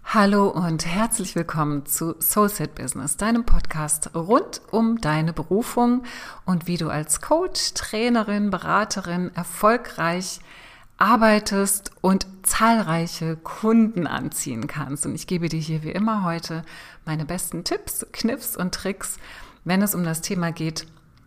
Hallo und herzlich willkommen zu Soulset Business, deinem Podcast rund um deine Berufung und wie du als Coach, Trainerin, Beraterin erfolgreich arbeitest und zahlreiche Kunden anziehen kannst. Und ich gebe dir hier wie immer heute meine besten Tipps, Kniffs und Tricks, wenn es um das Thema geht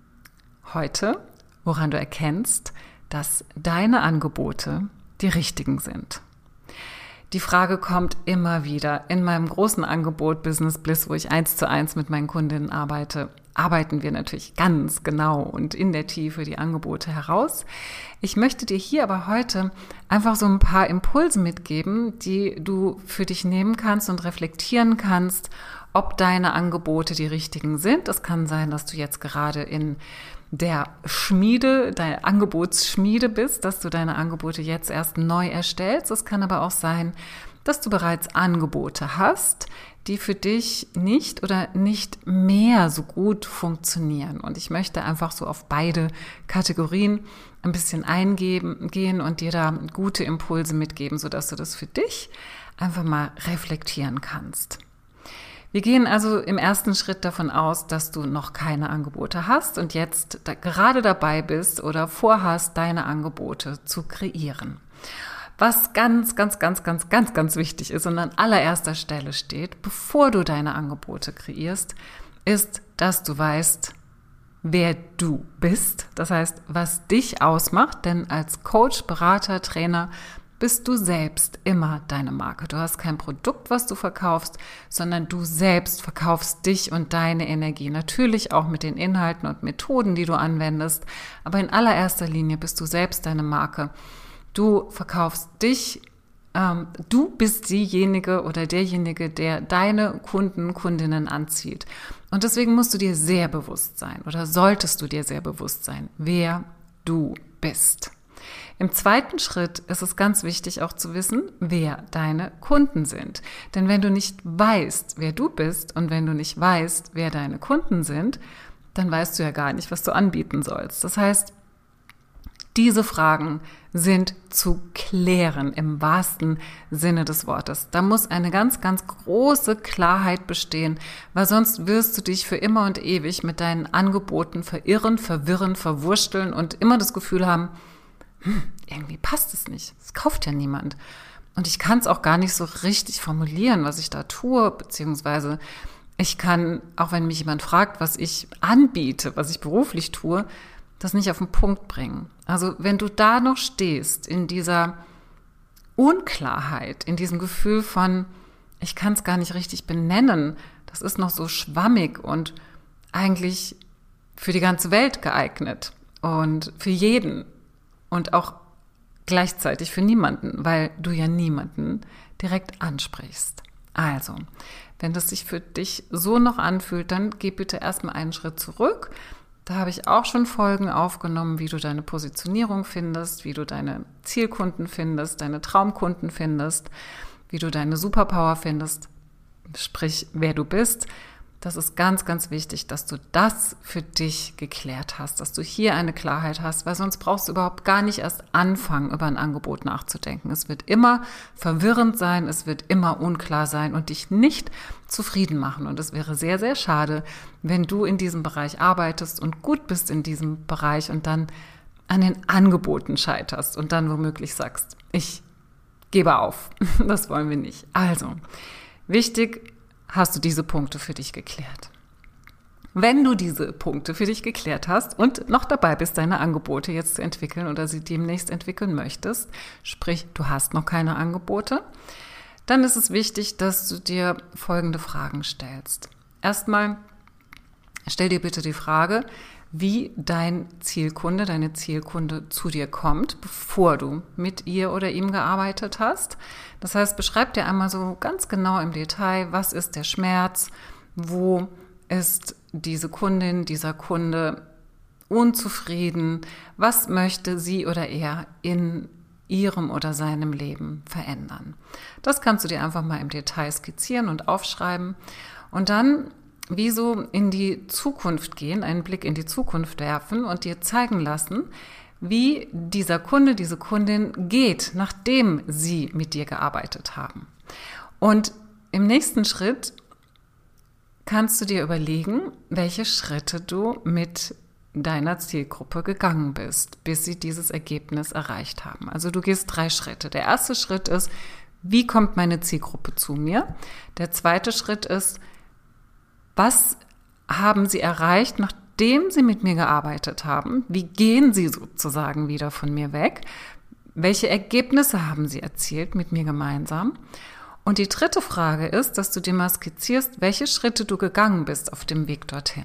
heute, woran du erkennst, dass deine Angebote die richtigen sind. Die Frage kommt immer wieder. In meinem großen Angebot Business Bliss, wo ich 1:1 mit meinen Kundinnen arbeite, arbeiten wir natürlich ganz genau und in der Tiefe die Angebote heraus. Ich möchte dir hier aber heute einfach so ein paar Impulse mitgeben, die du für dich nehmen kannst und reflektieren kannst, ob deine Angebote die richtigen sind. Es kann sein, dass du jetzt gerade in der Schmiede, deine Angebotsschmiede bist, dass du deine Angebote jetzt erst neu erstellst. Es kann aber auch sein, dass du bereits Angebote hast, die für dich nicht oder nicht mehr so gut funktionieren. Und ich möchte einfach so auf beide Kategorien ein bisschen eingehen und dir da gute Impulse mitgeben, sodass du das für dich einfach mal reflektieren kannst. Wir gehen also im ersten Schritt davon aus, dass du noch keine Angebote hast und jetzt gerade dabei bist oder vorhast, deine Angebote zu kreieren. Was ganz wichtig ist und an allererster Stelle steht, bevor du deine Angebote kreierst, ist, dass du weißt, wer du bist. Das heißt, was dich ausmacht, denn als Coach, Berater, Trainer bist du selbst immer deine Marke. Du hast kein Produkt, was du verkaufst, sondern du selbst verkaufst dich und deine Energie. Natürlich auch mit den Inhalten und Methoden, die du anwendest, aber in allererster Linie bist du selbst deine Marke. Du verkaufst dich, du bist diejenige oder derjenige, der deine Kunden, Kundinnen anzieht. Und deswegen musst du dir sehr bewusst sein oder solltest du dir sehr bewusst sein, wer du bist. Im zweiten Schritt ist es ganz wichtig auch zu wissen, wer deine Kunden sind. Denn wenn du nicht weißt, wer du bist und wenn du nicht weißt, wer deine Kunden sind, dann weißt du ja gar nicht, was du anbieten sollst. Das heißt, diese Fragen sind zu klären im wahrsten Sinne des Wortes. Da muss eine ganz große Klarheit bestehen, weil sonst wirst du dich für immer und ewig mit deinen Angeboten verirren, verwirren, verwursteln und immer das Gefühl haben, irgendwie passt es nicht. Es kauft ja niemand. Und ich kann es auch gar nicht so richtig formulieren, was ich da tue, beziehungsweise ich kann, auch wenn mich jemand fragt, was ich anbiete, was ich beruflich tue, das nicht auf den Punkt bringen. Also wenn du da noch stehst, in dieser Unklarheit, in diesem Gefühl von, ich kann es gar nicht richtig benennen, das ist noch so schwammig und eigentlich für die ganze Welt geeignet und für jeden, und auch gleichzeitig für niemanden, weil du ja niemanden direkt ansprichst. Also, wenn das sich für dich so noch anfühlt, dann geh bitte erstmal einen Schritt zurück. Da habe ich auch schon Folgen aufgenommen, wie du deine Positionierung findest, wie du deine Zielkunden findest, deine Traumkunden findest, wie du deine Superpower findest, sprich, wer du bist. Das ist ganz wichtig, dass du das für dich geklärt hast, dass du hier eine Klarheit hast, weil sonst brauchst du überhaupt gar nicht erst anfangen, über ein Angebot nachzudenken. Es wird immer verwirrend sein, es wird immer unklar sein und dich nicht zufrieden machen. Und es wäre sehr schade, wenn du in diesem Bereich arbeitest und gut bist in diesem Bereich und dann an den Angeboten scheiterst und dann womöglich sagst, ich gebe auf. Das wollen wir nicht. Also, wichtig, hast du diese Punkte für dich geklärt. Wenn du diese Punkte für dich geklärt hast und noch dabei bist, deine Angebote jetzt zu entwickeln oder sie demnächst entwickeln möchtest, sprich, du hast noch keine Angebote, dann ist es wichtig, dass du dir folgende Fragen stellst. Erstmal, stell dir bitte die Frage, wie dein Zielkunde, deine Zielkunde zu dir kommt, bevor du mit ihr oder ihm gearbeitet hast. Das heißt, beschreib dir einmal so ganz genau im Detail, was ist der Schmerz, wo ist diese Kundin, dieser Kunde unzufrieden, was möchte sie oder er in ihrem oder seinem Leben verändern. Das kannst du dir einfach mal im Detail skizzieren und aufschreiben und dann wie so in die Zukunft gehen, einen Blick in die Zukunft werfen und dir zeigen lassen, wie dieser Kunde, diese Kundin geht, nachdem sie mit dir gearbeitet haben. Und im nächsten Schritt kannst du dir überlegen, welche Schritte du mit deiner Zielgruppe gegangen bist, bis sie dieses Ergebnis erreicht haben. Also du gehst 3 Schritte. Der erste Schritt ist, wie kommt meine Zielgruppe zu mir? Der zweite Schritt ist, was haben sie erreicht, nachdem sie mit mir gearbeitet haben? Wie gehen sie sozusagen wieder von mir weg? Welche Ergebnisse haben sie erzielt mit mir gemeinsam? Und die dritte Frage ist, dass du dir mal skizzierst, welche Schritte du gegangen bist auf dem Weg dorthin.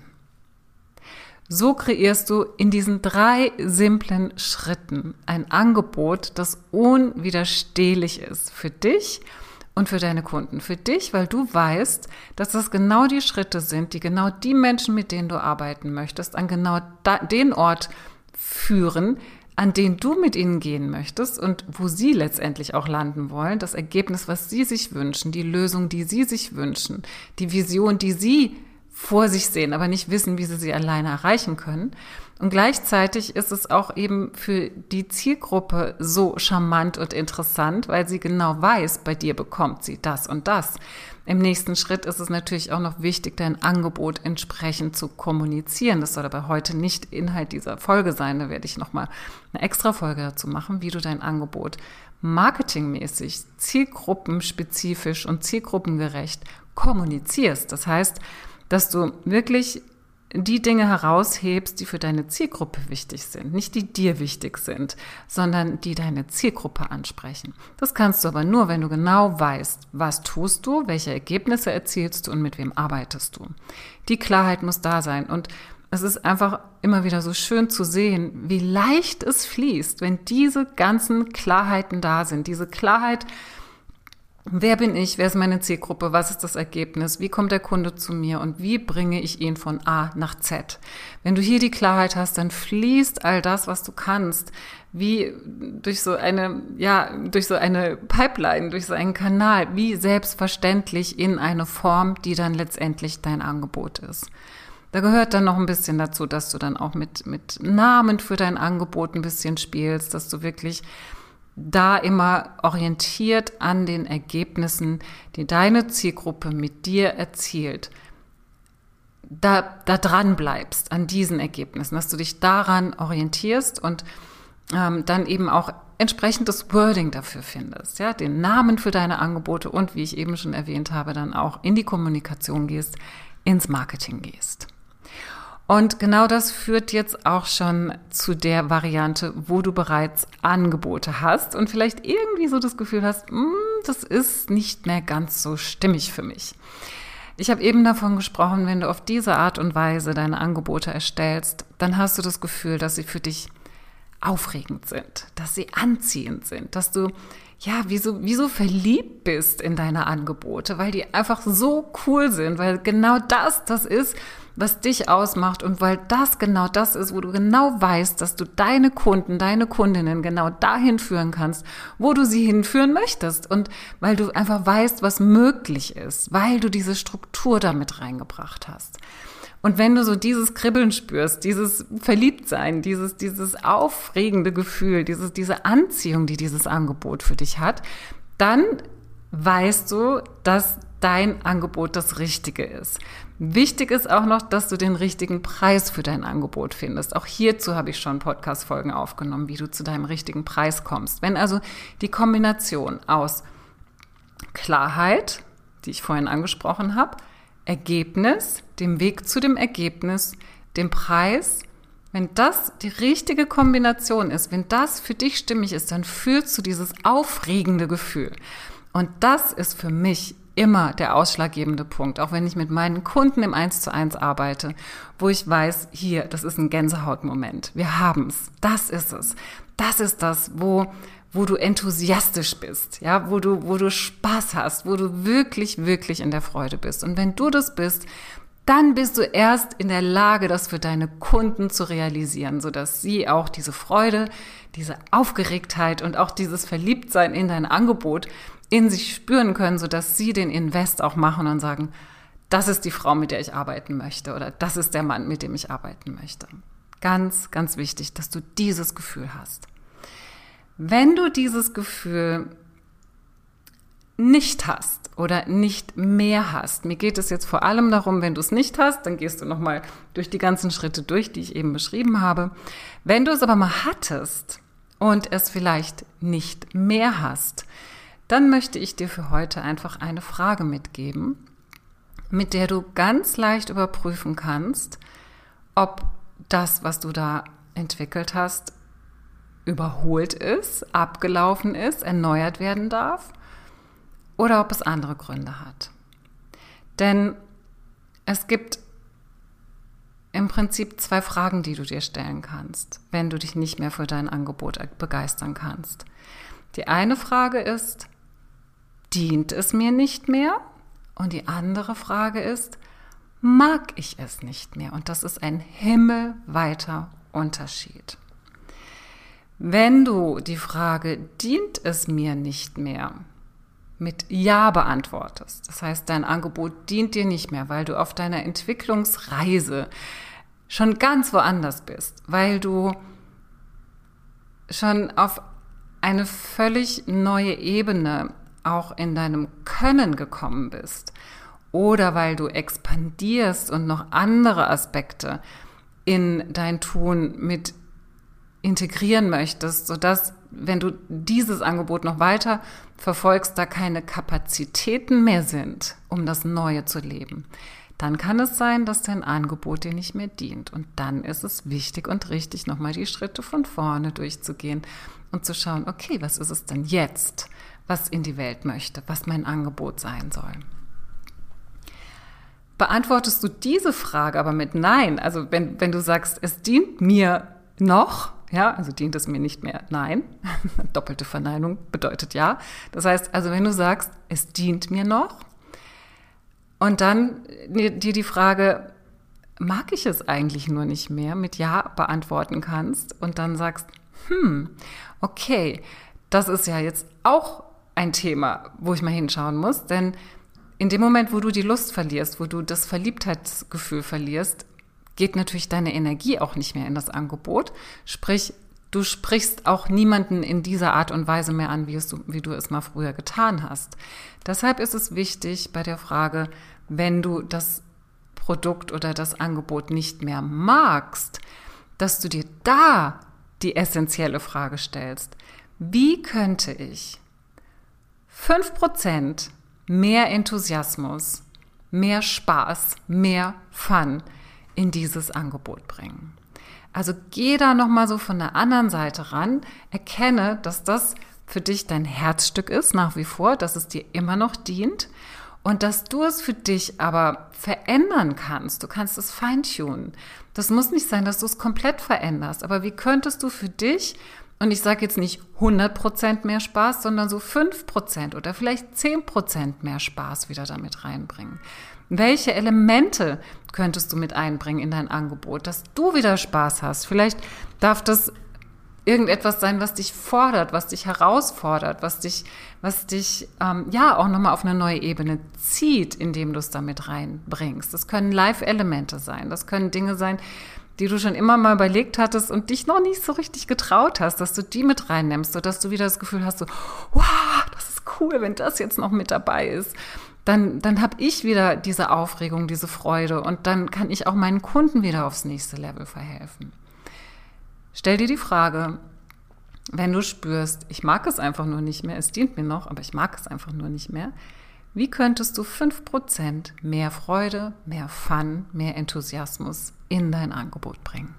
So kreierst du in diesen 3 simplen Schritten ein Angebot, das unwiderstehlich ist für dich und für deine Kunden. Für dich, weil du weißt, dass das genau die Schritte sind, die genau die Menschen, mit denen du arbeiten möchtest, an genau den Ort führen, an den du mit ihnen gehen möchtest und wo sie letztendlich auch landen wollen, das Ergebnis, was sie sich wünschen, die Lösung, die sie sich wünschen, die Vision, die sie vor sich sehen, aber nicht wissen, wie sie alleine erreichen können. Und gleichzeitig ist es auch eben für die Zielgruppe so charmant und interessant, weil sie genau weiß, bei dir bekommt sie das und das. Im nächsten Schritt ist es natürlich auch noch wichtig, dein Angebot entsprechend zu kommunizieren. Das soll aber heute nicht Inhalt dieser Folge sein. Da werde ich nochmal eine extra Folge dazu machen, wie du dein Angebot marketingmäßig, zielgruppenspezifisch und zielgruppengerecht kommunizierst. Das heißt, dass du wirklich die Dinge heraushebst, die für deine Zielgruppe wichtig sind. Nicht die dir wichtig sind, sondern die deine Zielgruppe ansprechen. Das kannst du aber nur, wenn du genau weißt, was tust du, welche Ergebnisse erzielst du und mit wem arbeitest du. Die Klarheit muss da sein. Und es ist einfach immer wieder so schön zu sehen, wie leicht es fließt, wenn diese ganzen Klarheiten da sind. Diese Klarheit, wer bin ich? Wer ist meine Zielgruppe? Was ist das Ergebnis? Wie kommt der Kunde zu mir? Und wie bringe ich ihn von A nach Z? Wenn du hier die Klarheit hast, dann fließt all das, was du kannst, wie durch so eine Pipeline, durch so einen Kanal, wie selbstverständlich in eine Form, die dann letztendlich dein Angebot ist. Da gehört dann noch ein bisschen dazu, dass du dann auch mit Namen für dein Angebot ein bisschen spielst, dass du wirklich da immer orientiert an den Ergebnissen, die deine Zielgruppe mit dir erzielt, da dran bleibst an diesen Ergebnissen, dass du dich daran orientierst und dann eben auch entsprechendes Wording dafür findest, ja, den Namen für deine Angebote und, wie ich eben schon erwähnt habe, dann auch in die Kommunikation gehst, ins Marketing gehst. Und genau das führt jetzt auch schon zu der Variante, wo du bereits Angebote hast und vielleicht irgendwie so das Gefühl hast, das ist nicht mehr ganz so stimmig für mich. Ich habe eben davon gesprochen, wenn du auf diese Art und Weise deine Angebote erstellst, dann hast du das Gefühl, dass sie für dich aufregend sind, dass sie anziehend sind, dass du wie so verliebt bist in deine Angebote, weil die einfach so cool sind, weil genau das ist, was dich ausmacht und weil das genau das ist, wo du genau weißt, dass du deine Kunden, deine Kundinnen genau dahin führen kannst, wo du sie hinführen möchtest und weil du einfach weißt, was möglich ist, weil du diese Struktur damit reingebracht hast. Und wenn du so dieses Kribbeln spürst, dieses Verliebtsein, dieses aufregende Gefühl, diese Anziehung, die dieses Angebot für dich hat, dann weißt du, dass dein Angebot das Richtige ist. Wichtig ist auch noch, dass du den richtigen Preis für dein Angebot findest. Auch hierzu habe ich schon Podcast-Folgen aufgenommen, wie du zu deinem richtigen Preis kommst. Wenn also die Kombination aus Klarheit, die ich vorhin angesprochen habe, Ergebnis, dem Weg zu dem Ergebnis, dem Preis, wenn das die richtige Kombination ist, wenn das für dich stimmig ist, dann fühlst du dieses aufregende Gefühl. Und das ist für mich immer der ausschlaggebende Punkt, auch wenn ich mit meinen Kunden im 1:1 arbeite, wo ich weiß, hier, das ist ein Gänsehautmoment. Wir haben's. Das ist es. Das ist das, wo du enthusiastisch bist, ja, wo du Spaß hast, wo du wirklich, wirklich in der Freude bist. Und wenn du das bist, dann bist du erst in der Lage, das für deine Kunden zu realisieren, sodass sie auch diese Freude, diese Aufgeregtheit und auch dieses Verliebtsein in dein Angebot in sich spüren können, sodass sie den Invest auch machen und sagen, das ist die Frau, mit der ich arbeiten möchte oder das ist der Mann, mit dem ich arbeiten möchte. Ganz, ganz wichtig, dass du dieses Gefühl hast. Wenn du dieses Gefühl nicht hast oder nicht mehr hast. Mir geht es jetzt vor allem darum, wenn du es nicht hast, dann gehst du nochmal durch die ganzen Schritte durch, die ich eben beschrieben habe. Wenn du es aber mal hattest und es vielleicht nicht mehr hast, dann möchte ich dir für heute einfach eine Frage mitgeben, mit der du ganz leicht überprüfen kannst, ob das, was du da entwickelt hast, überholt ist, abgelaufen ist, erneuert werden darf oder ob es andere Gründe hat. Denn es gibt im Prinzip 2 Fragen, die du dir stellen kannst, wenn du dich nicht mehr für dein Angebot begeistern kannst. Die eine Frage ist, dient es mir nicht mehr? Und die andere Frage ist, mag ich es nicht mehr? Und das ist ein himmelweiter Unterschied. Wenn du die Frage, dient es mir nicht mehr, mit Ja beantwortest, das heißt, dein Angebot dient dir nicht mehr, weil du auf deiner Entwicklungsreise schon ganz woanders bist, weil du schon auf eine völlig neue Ebene auch in deinem Können gekommen bist oder weil du expandierst und noch andere Aspekte in dein Tun mit integrieren möchtest, sodass, wenn du dieses Angebot noch weiter verfolgst, da keine Kapazitäten mehr sind, um das Neue zu leben, dann kann es sein, dass dein Angebot dir nicht mehr dient. Und dann ist es wichtig und richtig, nochmal die Schritte von vorne durchzugehen und zu schauen, okay, was ist es denn jetzt, was in die Welt möchte, was mein Angebot sein soll. Beantwortest du diese Frage aber mit Nein, also wenn du sagst, es dient mir noch, ja, also dient es mir nicht mehr, nein, doppelte Verneinung bedeutet ja. Das heißt, also wenn du sagst, es dient mir noch und dann dir die Frage, mag ich es eigentlich nur nicht mehr, mit Ja beantworten kannst und dann sagst, okay, das ist ja jetzt auch ein Thema, wo ich mal hinschauen muss, denn in dem Moment, wo du die Lust verlierst, wo du das Verliebtheitsgefühl verlierst, geht natürlich deine Energie auch nicht mehr in das Angebot. Sprich, du sprichst auch niemanden in dieser Art und Weise mehr an, wie du es mal früher getan hast. Deshalb ist es wichtig bei der Frage, wenn du das Produkt oder das Angebot nicht mehr magst, dass du dir da die essentielle Frage stellst. Wie könnte ich 5% mehr Enthusiasmus, mehr Spaß, mehr Fun in dieses Angebot bringen? Also geh da nochmal so von der anderen Seite ran, erkenne, dass das für dich dein Herzstück ist, nach wie vor, dass es dir immer noch dient und dass du es für dich aber verändern kannst. Du kannst es feintunen. Das muss nicht sein, dass du es komplett veränderst, aber wie könntest du für dich, und ich sage jetzt nicht 100% mehr Spaß, sondern so 5% oder vielleicht 10% mehr Spaß wieder damit reinbringen? Welche Elemente könntest du mit einbringen in dein Angebot, dass du wieder Spaß hast? Vielleicht darf das irgendetwas sein, was dich fordert, was dich herausfordert, was dich auch nochmal auf eine neue Ebene zieht, indem du es damit reinbringst. Das können Live-Elemente sein, das können Dinge sein, die du schon immer mal überlegt hattest und dich noch nicht so richtig getraut hast, dass du die mit reinnimmst, sodass du wieder das Gefühl hast, so, wow, das ist cool, wenn das jetzt noch mit dabei ist. Dann habe ich wieder diese Aufregung, diese Freude und dann kann ich auch meinen Kunden wieder aufs nächste Level verhelfen. Stell dir die Frage, wenn du spürst, ich mag es einfach nur nicht mehr, es dient mir noch, aber ich mag es einfach nur nicht mehr, wie könntest du 5% mehr Freude, mehr Fun, mehr Enthusiasmus in dein Angebot bringen?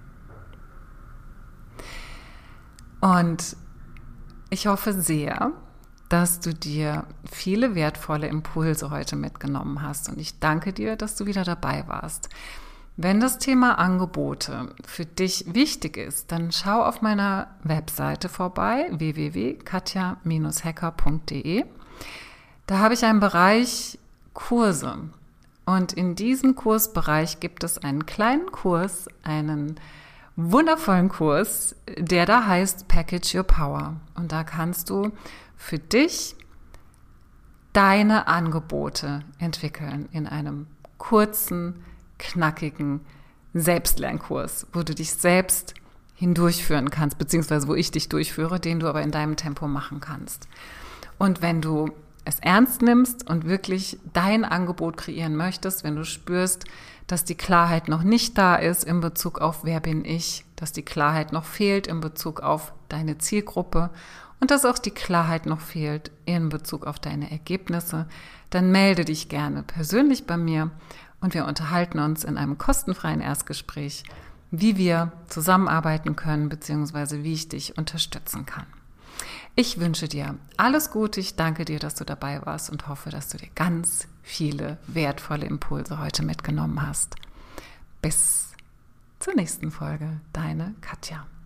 Und ich hoffe sehr, dass du dir viele wertvolle Impulse heute mitgenommen hast. Und ich danke dir, dass du wieder dabei warst. Wenn das Thema Angebote für dich wichtig ist, dann schau auf meiner Webseite vorbei, www.katja-hecker.de. Da habe ich einen Bereich Kurse. Und in diesem Kursbereich gibt es einen kleinen Kurs, einen wundervollen Kurs, der da heißt Package Your Power. Und da kannst du für dich deine Angebote entwickeln in einem kurzen, knackigen Selbstlernkurs, wo du dich selbst hindurchführen kannst, beziehungsweise wo ich dich durchführe, den du aber in deinem Tempo machen kannst. Und wenn du es ernst nimmst und wirklich dein Angebot kreieren möchtest, wenn du spürst, dass die Klarheit noch nicht da ist in Bezug auf wer bin ich, dass die Klarheit noch fehlt in Bezug auf deine Zielgruppe und dass auch die Klarheit noch fehlt in Bezug auf deine Ergebnisse, dann melde dich gerne persönlich bei mir und wir unterhalten uns in einem kostenfreien Erstgespräch, wie wir zusammenarbeiten können, beziehungsweise wie ich dich unterstützen kann. Ich wünsche dir alles Gute, ich danke dir, dass du dabei warst und hoffe, dass du dir ganz viele wertvolle Impulse heute mitgenommen hast. Bis zur nächsten Folge, deine Katja.